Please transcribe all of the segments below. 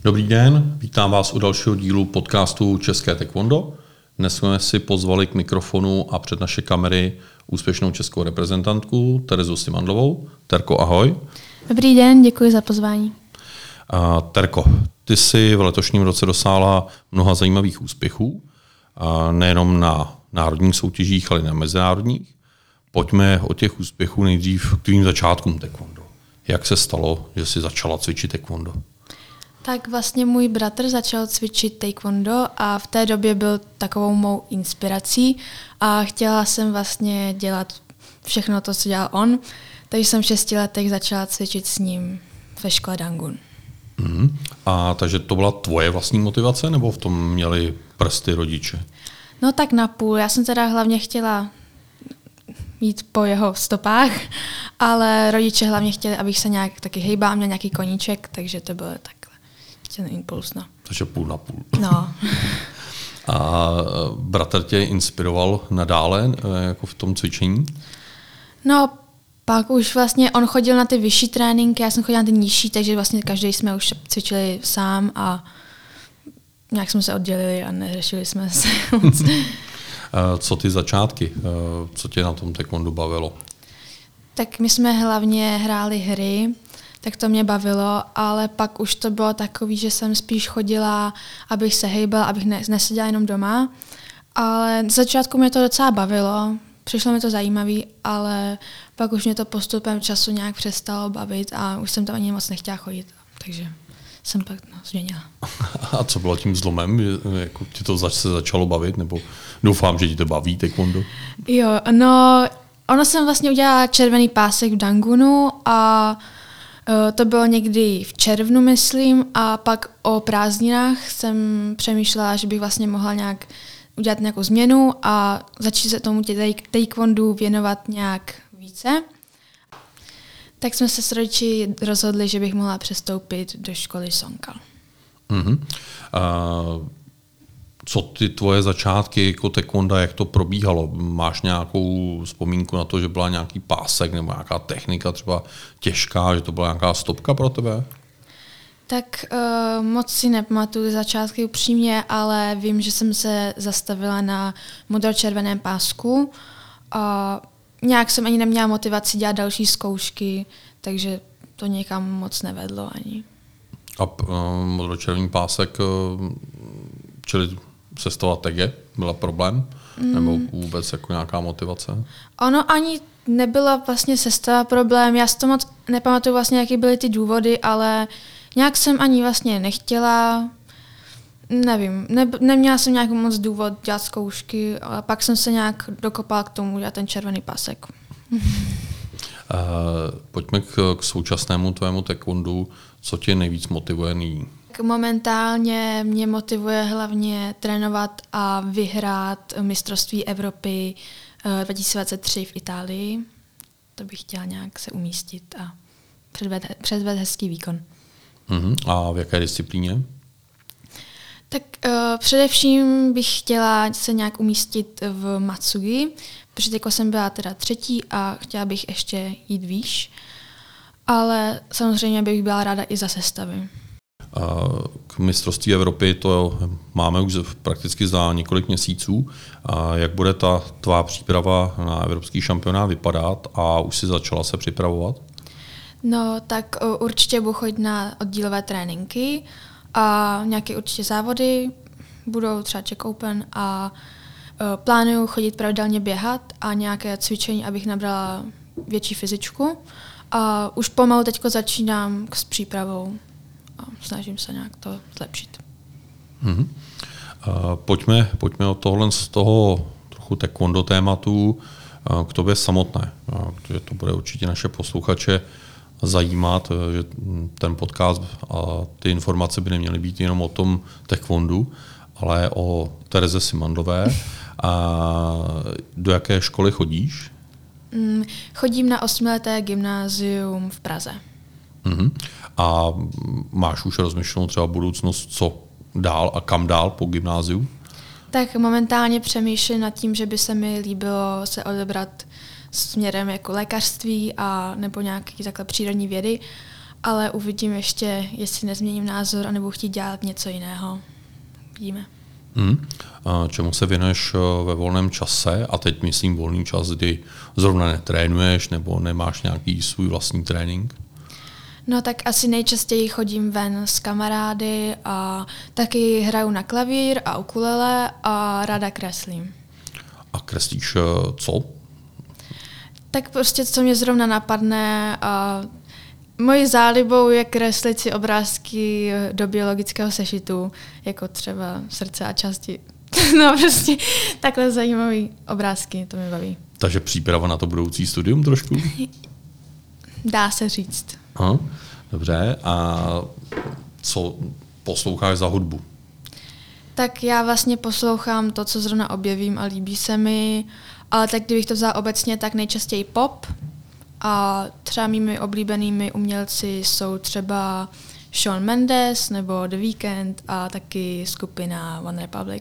Dobrý den, vítám vás u dalšího dílu podcastu České taekwondo. Dnes jsme si pozvali k mikrofonu a před naše kamery úspěšnou českou reprezentantku Terezu Simandlovou. Terko, ahoj. Dobrý den, děkuji za pozvání. Terko, ty jsi v letošním roce dosáhla mnoha zajímavých úspěchů, nejenom na národních soutěžích, ale i na mezinárodních. Pojďme od těch úspěchů nejdřív k tvým začátkům taekwondo. Jak se stalo, že jsi začala cvičit taekwondo? Tak vlastně můj bratr začal cvičit taekwondo a v té době byl takovou mou inspirací a chtěla jsem vlastně dělat všechno to, co dělal on, takže jsem v 6 letech začala cvičit s ním ve škole Dangun. A takže to byla tvoje vlastní motivace, nebo v tom měli prsty rodiče? No tak napůl. Já jsem teda hlavně chtěla jít po jeho stopách, ale rodiče hlavně chtěli, abych se nějak taky hejbala, měl nějaký koníček, takže to bylo takhle ten impuls. No. Takže půl na půl. No. A bratr tě inspiroval nadále jako v tom cvičení? No, pak už vlastně on chodil na ty vyšší tréninky, já jsem chodila na ty nižší, takže vlastně každý jsme už cvičili sám a nějak jsme se oddělili a neřešili jsme se moc. Co ty začátky? Co tě na tom taekwondo bavilo? Tak my jsme hlavně hráli hry, tak to mě bavilo, ale pak už to bylo takový, že jsem spíš chodila, abych se hejbala, abych neseděla jenom doma. Ale z začátku mě to docela bavilo, přišlo mi to zajímavý, ale pak už mě to postupem času nějak přestalo bavit a už jsem tam ani moc nechtěla chodit, takže jsem pak změnila. A co bylo tím zlomem? Jako ti to se začalo bavit? Nebo doufám, že ti to baví taekwondo? Jo, no, ono jsem vlastně udělala červený pásek v Dangunu a to bylo někdy v červnu, myslím, a pak o prázdninách jsem přemýšlela, že bych vlastně mohla nějak udělat nějakou změnu a začít se tomu taekwondu věnovat nějak více. Tak jsme se s rodiči rozhodli, že bych mohla přestoupit do školy Sonkal. Co ty tvoje začátky jako taekwonda, jak to probíhalo? Máš nějakou vzpomínku na to, že byla nějaký pásek nebo nějaká technika třeba těžká, že to byla nějaká stopka pro tebe? Tak moc si nepamatuju začátky upřímně, ale vím, že jsem se zastavila na modro-červeném pásku a nějak jsem ani neměla motivaci dělat další zkoušky, takže to někam moc nevedlo ani. A modro-červený pásek, čili sestava tege, byla problém? Nebo vůbec jako nějaká motivace? Ono ani nebyla vlastně sestava problém, já si to moc nepamatuju vlastně, jaké byly ty důvody, ale nějak jsem ani vlastně nechtěla, nevím, neměla jsem nějak moc důvod dělat zkoušky, ale pak jsem se nějak dokopala k tomu dělat ten červený pásek. Pojďme k současnému tvému taekwondu. Co tě nejvíc motivuje nyní? Momentálně mě motivuje hlavně trénovat a vyhrát mistrovství Evropy 2023 v Itálii. To bych chtěla nějak se umístit a předvést hezký výkon. A v jaké disciplíně? Tak především bych chtěla se nějak umístit v Matsugi, protože teď jsem byla teda 3. a chtěla bych ještě jít výš, ale samozřejmě bych byla ráda i za sestavy. K mistrovství Evropy to máme už prakticky za několik měsíců. Jak bude ta tvá příprava na evropský šampionát vypadat a už si začala se připravovat? No tak určitě budu chodit na oddílové tréninky a nějaké určitě závody, budou třeba Czech Open a plánuju chodit pravidelně běhat a nějaké cvičení, abych nabrala větší fyzičku. A už pomalu teďko začínám s přípravou a snažím se nějak to zlepšit. Pojďme od tohle z toho trochu taekwondo tématu k tobě samotné, protože to bude určitě naše posluchače zajímat, že ten podcast a ty informace by neměly být jenom o tom taekwondu, ale o Tereze Simandlové. A do jaké školy chodíš? Chodím na 8leté gymnázium v Praze. A máš už rozmyšlenou třeba budoucnost, co dál a kam dál po gymnáziu? Tak momentálně přemýšlím nad tím, že by se mi líbilo se odebrat směrem jako lékařství a nebo nějaké takhle přírodní vědy. ale uvidím ještě, jestli nezměním názor, anebo chtít dělat něco jiného. Vidíme. Čemu se věnuješ ve volném čase? A teď myslím volný čas, kdy zrovna netrénuješ nebo nemáš nějaký svůj vlastní trénink? No tak asi nejčastěji chodím ven s kamarády a taky hraju na klavír a ukulele a ráda kreslím. A kreslíš co? Tak prostě, co mě zrovna napadne. A mojí zálibou je kreslit si obrázky do biologického sešitu, jako třeba srdce a části. No prostě takhle zajímavé obrázky, to mě baví. Takže příprava na to budoucí studium trošku? Dá se říct. Aha, dobře. A co posloucháš za hudbu? Tak já vlastně poslouchám to, co zrovna objevím a líbí se mi, ale tak kdybych to vzala obecně, tak nejčastěji pop. A třeba mými oblíbenými umělci jsou třeba Shawn Mendes nebo The Weeknd a taky skupina One Republic.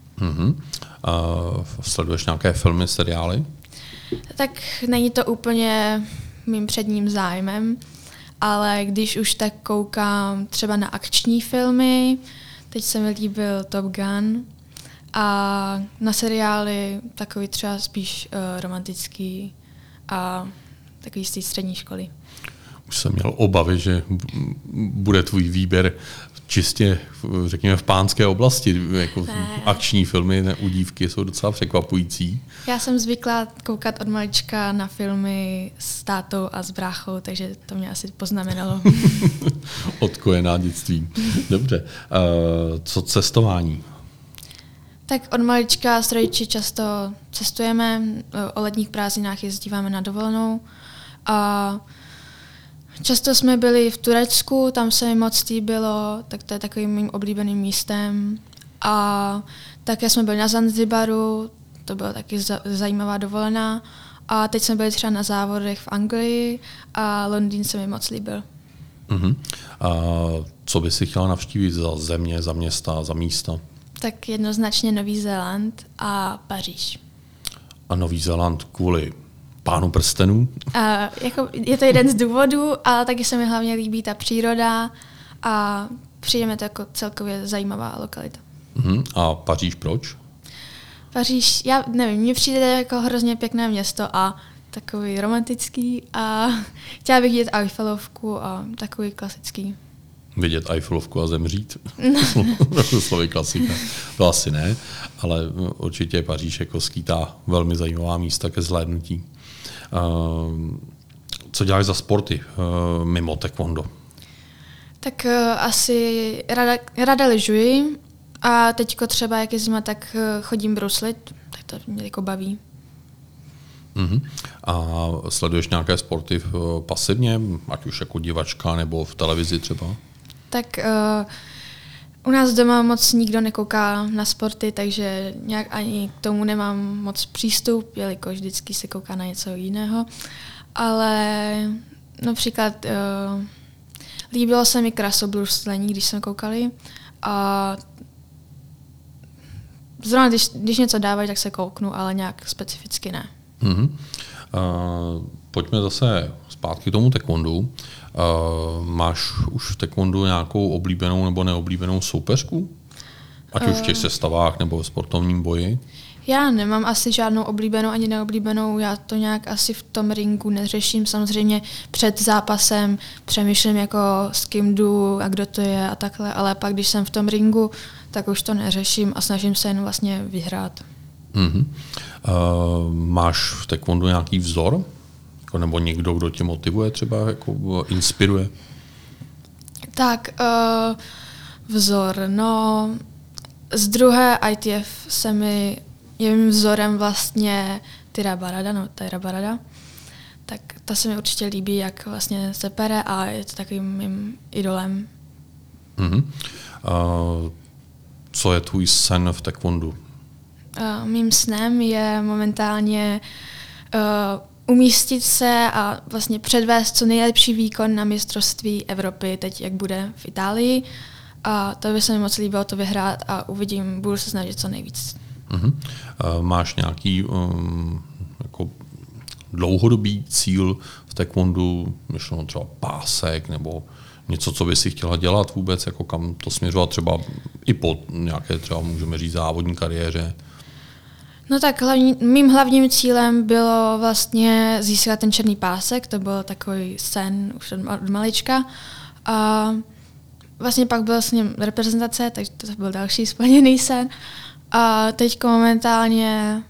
Sleduješ nějaké filmy, seriály? Tak není to úplně mým předním zájmem, ale když už tak koukám třeba na akční filmy, teď se mi líbil Top Gun, a na seriály takový třeba spíš romantický a takový z té střední školy. Už jsem měl obavy, že bude tvůj výběr čistě, řekněme, v pánské oblasti. Jako akční filmy u dívky jsou docela překvapující. Já jsem zvyklá koukat od malička na filmy s tátou a s bráchou, takže to mě asi poznamenalo. Odkojená dětství. Dobře. Co cestování? Tak od malička s rodiči často cestujeme, o letních prázdninách jezdíváme na dovolenou a často jsme byli v Turecku, tam se mi moc líbilo, tak to je takovým mým oblíbeným místem. A také jsme byli na Zanzibaru, to byla taky zajímavá dovolená. A teď jsme byli třeba na závodech v Anglii a Londýn se mi moc líbil. A co by si chtěla navštívit za země, za města, za místa? Tak jednoznačně Nový Zéland a Paříž. A Nový Zéland kvůli Pánu prstenů? Je to jeden z důvodů, ale taky se mi hlavně líbí ta příroda a přijde mi to jako celkově zajímavá lokalita. A Paříž proč? Paříž, já nevím, mně přijde jako hrozně pěkné město a takový romantický a chtěla bych vidět Eiffelovku a takový klasický. Vidět Eiffelovku a zemřít? Slovy klasika. To asi ne, ale určitě Paříž jako skýtá velmi zajímavá místa ke zhlédnutí. Co děláš za sporty mimo taekwondo? Tak asi ráda lyžuji a teďko třeba, jak je zima, tak chodím bruslit, tak to mě jako baví. A sleduješ nějaké sporty pasivně, ať už jako divačka nebo v televizi třeba? Tak u nás doma moc nikdo nekouká na sporty, takže nějak ani k tomu nemám moc přístup, jelikož vždycky se kouká na něco jiného. Ale například líbilo se mi krasobruslení, když jsme koukali. A zrovna když něco dávají, tak se kouknu, ale nějak specificky ne. Pojďme zase zpátky k tomu taekwondu. Máš už v taekwondu nějakou oblíbenou nebo neoblíbenou soupeřku? Ať už v těch sestavách nebo v sportovním boji? Já nemám asi žádnou oblíbenou ani neoblíbenou, já to nějak asi v tom ringu neřeším. Samozřejmě před zápasem přemýšlím, jako s kým jdu a kdo to je a takhle, ale pak když jsem v tom ringu, tak už to neřeším a snažím se jen vlastně vyhrát. Máš v taekwondu nějaký vzor? Nebo někdo, kdo tě motivuje, třeba jako inspiruje? Tak, vzor. No, z druhé ITF je mým vzorem vlastně Tyra Barada. Tak ta se mi určitě líbí, jak vlastně se pere a je to takovým mým idolem. Co je tvůj sen v taekwondu? Mým snem je momentálně umístit se a vlastně předvést co nejlepší výkon na mistrovství Evropy, teď jak bude v Itálii. A to by se mi moc líbilo to vyhrát a uvidím, budu se snažit co nejvíc. Máš nějaký jako dlouhodobý cíl v taekwondu, myšleno třeba pásek nebo něco, co by si chtěla dělat vůbec, jako kam to směřovat třeba i po nějaké třeba můžeme říct závodní kariéře? No tak mým hlavním cílem bylo vlastně získat ten černý pásek, to byl takový sen už od malička. A vlastně pak byl s ním reprezentace, takže to byl další splněný sen. A teď momentálně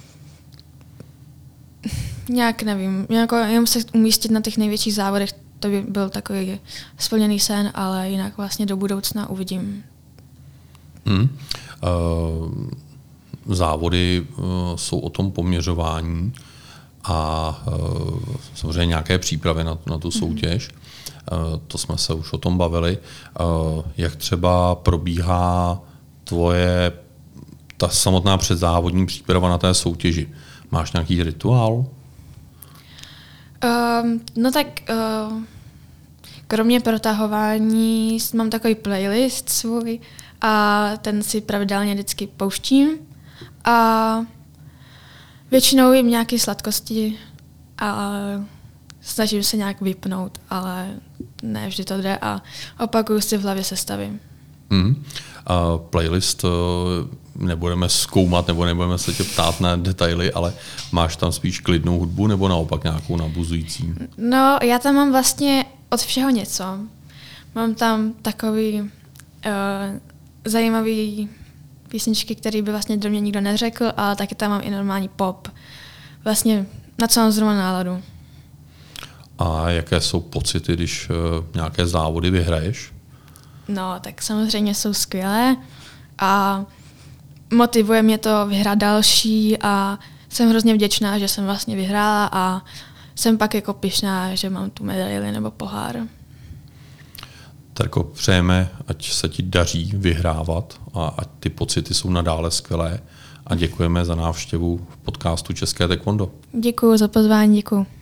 nějak nevím, jenom se umístit na těch největších závodech, to by byl takový splněný sen, ale jinak vlastně do budoucna uvidím. Závody jsou o tom poměřování a samozřejmě nějaké přípravy na tu soutěž. To jsme se už o tom bavili. Jak třeba probíhá ta samotná předzávodní příprava na té soutěži? Máš nějaký rituál? No tak kromě protahování mám takový playlist svůj a ten si pravidelně vždycky pouštím a většinou jim nějaké sladkosti a snažím se nějak vypnout, ale ne vždy to jde a opakuju si v hlavě sestavy. A playlist nebudeme zkoumat nebo nebudeme se tě ptát na detaily, ale máš tam spíš klidnou hudbu nebo naopak nějakou nabuzující? No, já tam mám vlastně od všeho něco. Mám tam takový zajímavý písničky, které by vlastně do mě nikdo neřekl, a taky tam mám i normální pop. Vlastně na co mám zrovna náladu. A jaké jsou pocity, když nějaké závody vyhraješ? No, tak samozřejmě jsou skvělé a motivuje mě to vyhrát další a jsem hrozně vděčná, že jsem vlastně vyhrála a jsem pak jako pyšná, že mám tu medaili nebo pohár. Terko, přejeme, ať se ti daří vyhrávat a ať ty pocity jsou nadále skvělé a děkujeme za návštěvu v podcastu České taekwondo. Děkuji za pozvání, děkuji.